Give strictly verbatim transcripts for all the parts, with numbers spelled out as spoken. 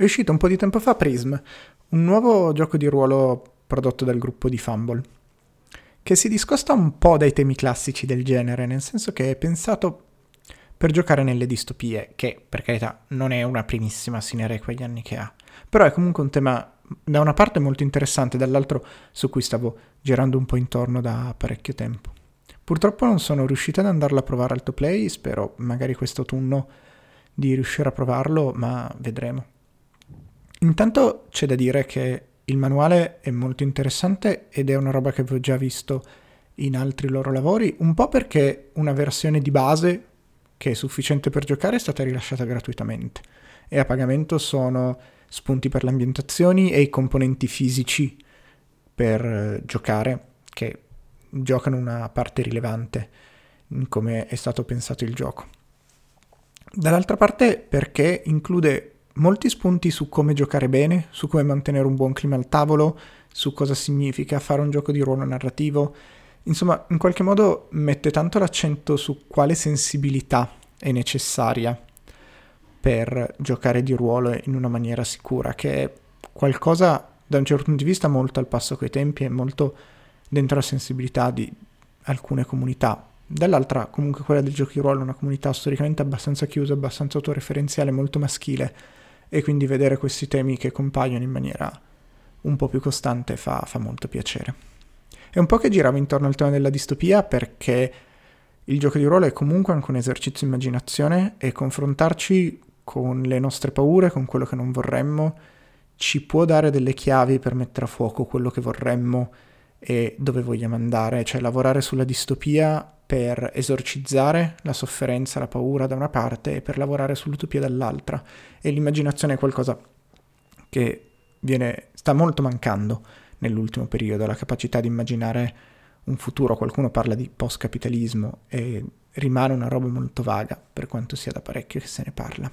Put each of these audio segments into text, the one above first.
È uscito un po' di tempo fa Prism, un nuovo gioco di ruolo prodotto dal gruppo di Fumble, che si discosta un po' dai temi classici del genere, nel senso che è pensato per giocare nelle distopie, che per carità non è una primissima sine quegli anni che ha, però è comunque un tema da una parte molto interessante, dall'altro su cui stavo girando un po' intorno da parecchio tempo. Purtroppo non sono riuscito ad andarlo a provare al to play, spero magari quest'autunno di riuscire a provarlo, ma vedremo. Intanto c'è da dire che il manuale è molto interessante ed è una roba che avevo già visto in altri loro lavori, un po' perché una versione di base che è sufficiente per giocare è stata rilasciata gratuitamente e a pagamento sono spunti per le ambientazioni e i componenti fisici per eh, giocare, che giocano una parte rilevante in come è stato pensato il gioco. Dall'altra parte perché include molti spunti su come giocare bene, su come mantenere un buon clima al tavolo, su cosa significa fare un gioco di ruolo narrativo. Insomma, in qualche modo mette tanto l'accento su quale sensibilità è necessaria per giocare di ruolo in una maniera sicura, che è qualcosa da un certo punto di vista molto al passo coi tempi e molto dentro la sensibilità di alcune comunità. Dall'altra comunque quella del gioco di ruolo è una comunità storicamente abbastanza chiusa, abbastanza autoreferenziale, molto maschile, e quindi vedere questi temi che compaiono in maniera un po' più costante fa, fa molto piacere. È un po' che giravo intorno al tema della distopia perché il gioco di ruolo è comunque anche un esercizio di immaginazione e confrontarci con le nostre paure, con quello che non vorremmo, ci può dare delle chiavi per mettere a fuoco quello che vorremmo e dove vogliamo andare, cioè lavorare sulla distopia per esorcizzare la sofferenza, la paura da una parte e per lavorare sull'utopia dall'altra. E l'immaginazione è qualcosa che viene, sta molto mancando nell'ultimo periodo, la capacità di immaginare un futuro. Qualcuno parla di post-capitalismo e rimane una roba molto vaga, per quanto sia da parecchio che se ne parla.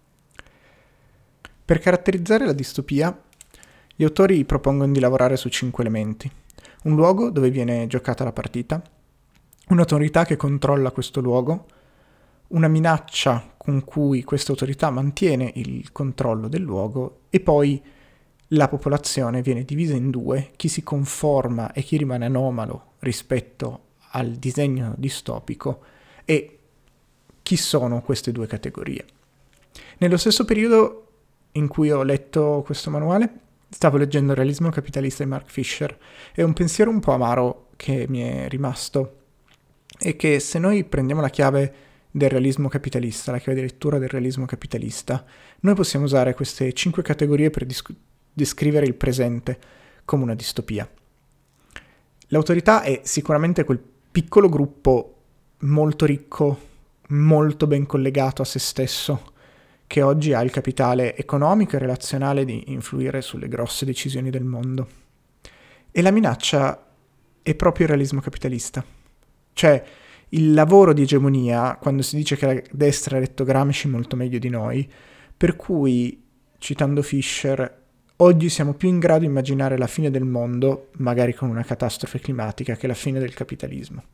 Per caratterizzare la distopia, gli autori propongono di lavorare su cinque elementi. Un luogo dove viene giocata la partita, un'autorità che controlla questo luogo, una minaccia con cui questa autorità mantiene il controllo del luogo e poi la popolazione viene divisa in due, chi si conforma e chi rimane anomalo rispetto al disegno distopico e chi sono queste due categorie. Nello stesso periodo in cui ho letto questo manuale stavo leggendo Il realismo capitalista di Mark Fisher e un pensiero un po' amaro che mi è rimasto è che se noi prendiamo la chiave del realismo capitalista, la chiave di lettura del realismo capitalista, noi possiamo usare queste cinque categorie per dis- descrivere il presente come una distopia. L'autorità è sicuramente quel piccolo gruppo molto ricco, molto ben collegato a se stesso, che oggi ha il capitale economico e relazionale di influire sulle grosse decisioni del mondo. E la minaccia è proprio il realismo capitalista. Cioè, il lavoro di egemonia, quando si dice che la destra ha letto Gramsci molto meglio di noi, per cui, citando Fisher, oggi siamo più in grado di immaginare la fine del mondo, magari con una catastrofe climatica, che la fine del capitalismo.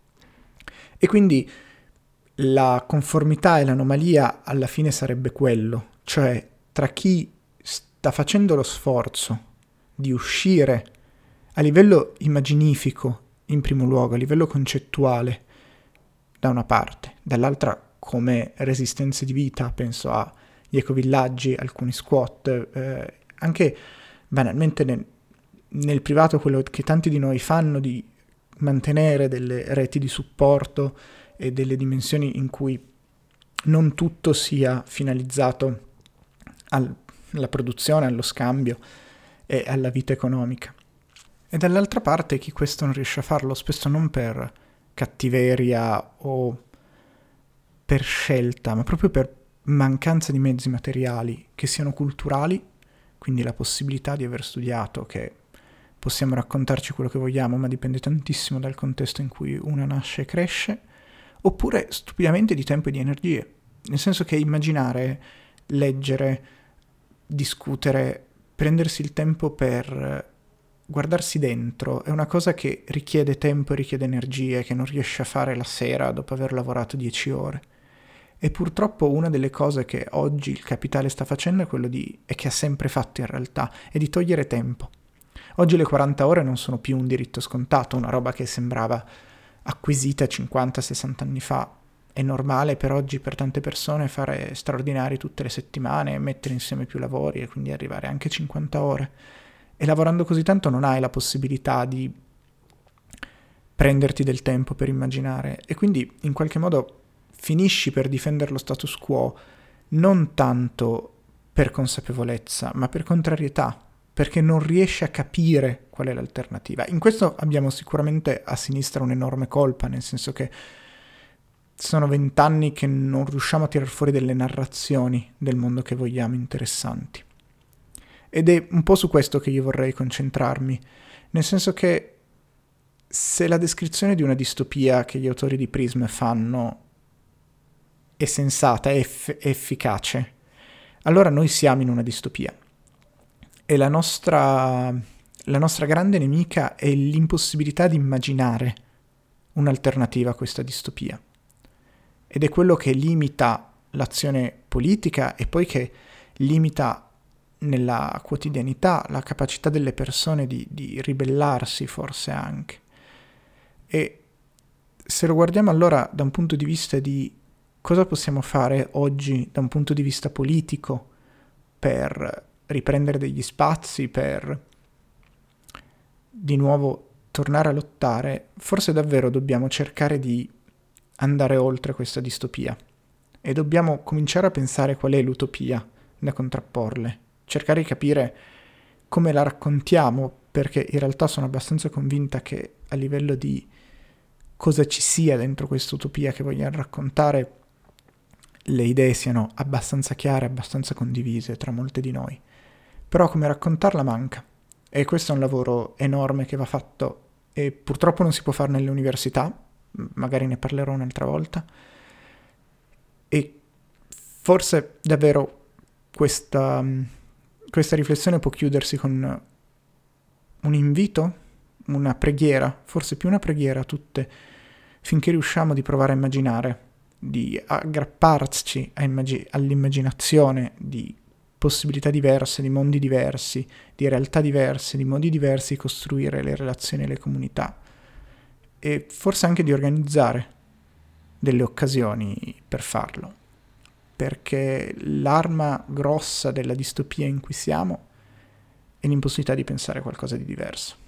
E quindi la conformità e l'anomalia alla fine sarebbe quello, cioè tra chi sta facendo lo sforzo di uscire a livello immaginifico, in primo luogo, a livello concettuale, da una parte, dall'altra come resistenze di vita, penso agli ecovillaggi, alcuni squat, eh, anche banalmente nel, nel privato quello che tanti di noi fanno di mantenere delle reti di supporto e delle dimensioni in cui non tutto sia finalizzato al, alla produzione, allo scambio e alla vita economica. E dall'altra parte chi questo non riesce a farlo, spesso non per cattiveria o per scelta, ma proprio per mancanza di mezzi materiali che siano culturali, quindi la possibilità di aver studiato, che possiamo raccontarci quello che vogliamo, ma dipende tantissimo dal contesto in cui una nasce e cresce, oppure stupidamente di tempo e di energie, nel senso che immaginare, leggere, discutere, prendersi il tempo per guardarsi dentro è una cosa che richiede tempo e richiede energie, che non riesce a fare la sera dopo aver lavorato dieci ore. E purtroppo una delle cose che oggi il capitale sta facendo è quello di, e che ha sempre fatto in realtà, è di togliere tempo. Oggi le quaranta ore non sono più un diritto scontato, una roba che sembrava acquisita cinquanta sessanta anni fa. È normale per oggi per tante persone fare straordinari tutte le settimane, mettere insieme più lavori e quindi arrivare anche a cinquanta ore. E lavorando così tanto non hai la possibilità di prenderti del tempo per immaginare e quindi in qualche modo finisci per difendere lo status quo non tanto per consapevolezza, ma per contrarietà, perché non riesci a capire qual è l'alternativa. In questo abbiamo sicuramente a sinistra un'enorme colpa, nel senso che sono vent'anni che non riusciamo a tirar fuori delle narrazioni del mondo che vogliamo interessanti. Ed è un po' su questo che io vorrei concentrarmi, nel senso che se la descrizione di una distopia che gli autori di Prism fanno è sensata, è, eff- è efficace, allora noi siamo in una distopia. E la nostra, la nostra grande nemica è l'impossibilità di immaginare un'alternativa a questa distopia. Ed è quello che limita l'azione politica e poi che limita nella quotidianità la capacità delle persone di, di ribellarsi forse anche. E se lo guardiamo allora da un punto di vista di cosa possiamo fare oggi da un punto di vista politico per riprendere degli spazi, per di nuovo tornare a lottare, forse davvero dobbiamo cercare di andare oltre questa distopia e dobbiamo cominciare a pensare qual è l'utopia da contrapporle, cercare di capire come la raccontiamo, perché in realtà sono abbastanza convinta che a livello di cosa ci sia dentro questa utopia che vogliamo raccontare le idee siano abbastanza chiare, abbastanza condivise tra molte di noi, però come raccontarla manca e questo è un lavoro enorme che va fatto e purtroppo non si può fare nelle università, magari ne parlerò un'altra volta, e forse davvero questa, questa riflessione può chiudersi con un invito, una preghiera, forse più una preghiera a tutte, finché riusciamo di provare a immaginare, di aggrapparci a immag- all'immaginazione di possibilità diverse, di mondi diversi, di realtà diverse, di modi diversi di costruire le relazioni e le comunità. E forse anche di organizzare delle occasioni per farlo, perché l'arma grossa della distopia in cui siamo è l'impossibilità di pensare qualcosa di diverso.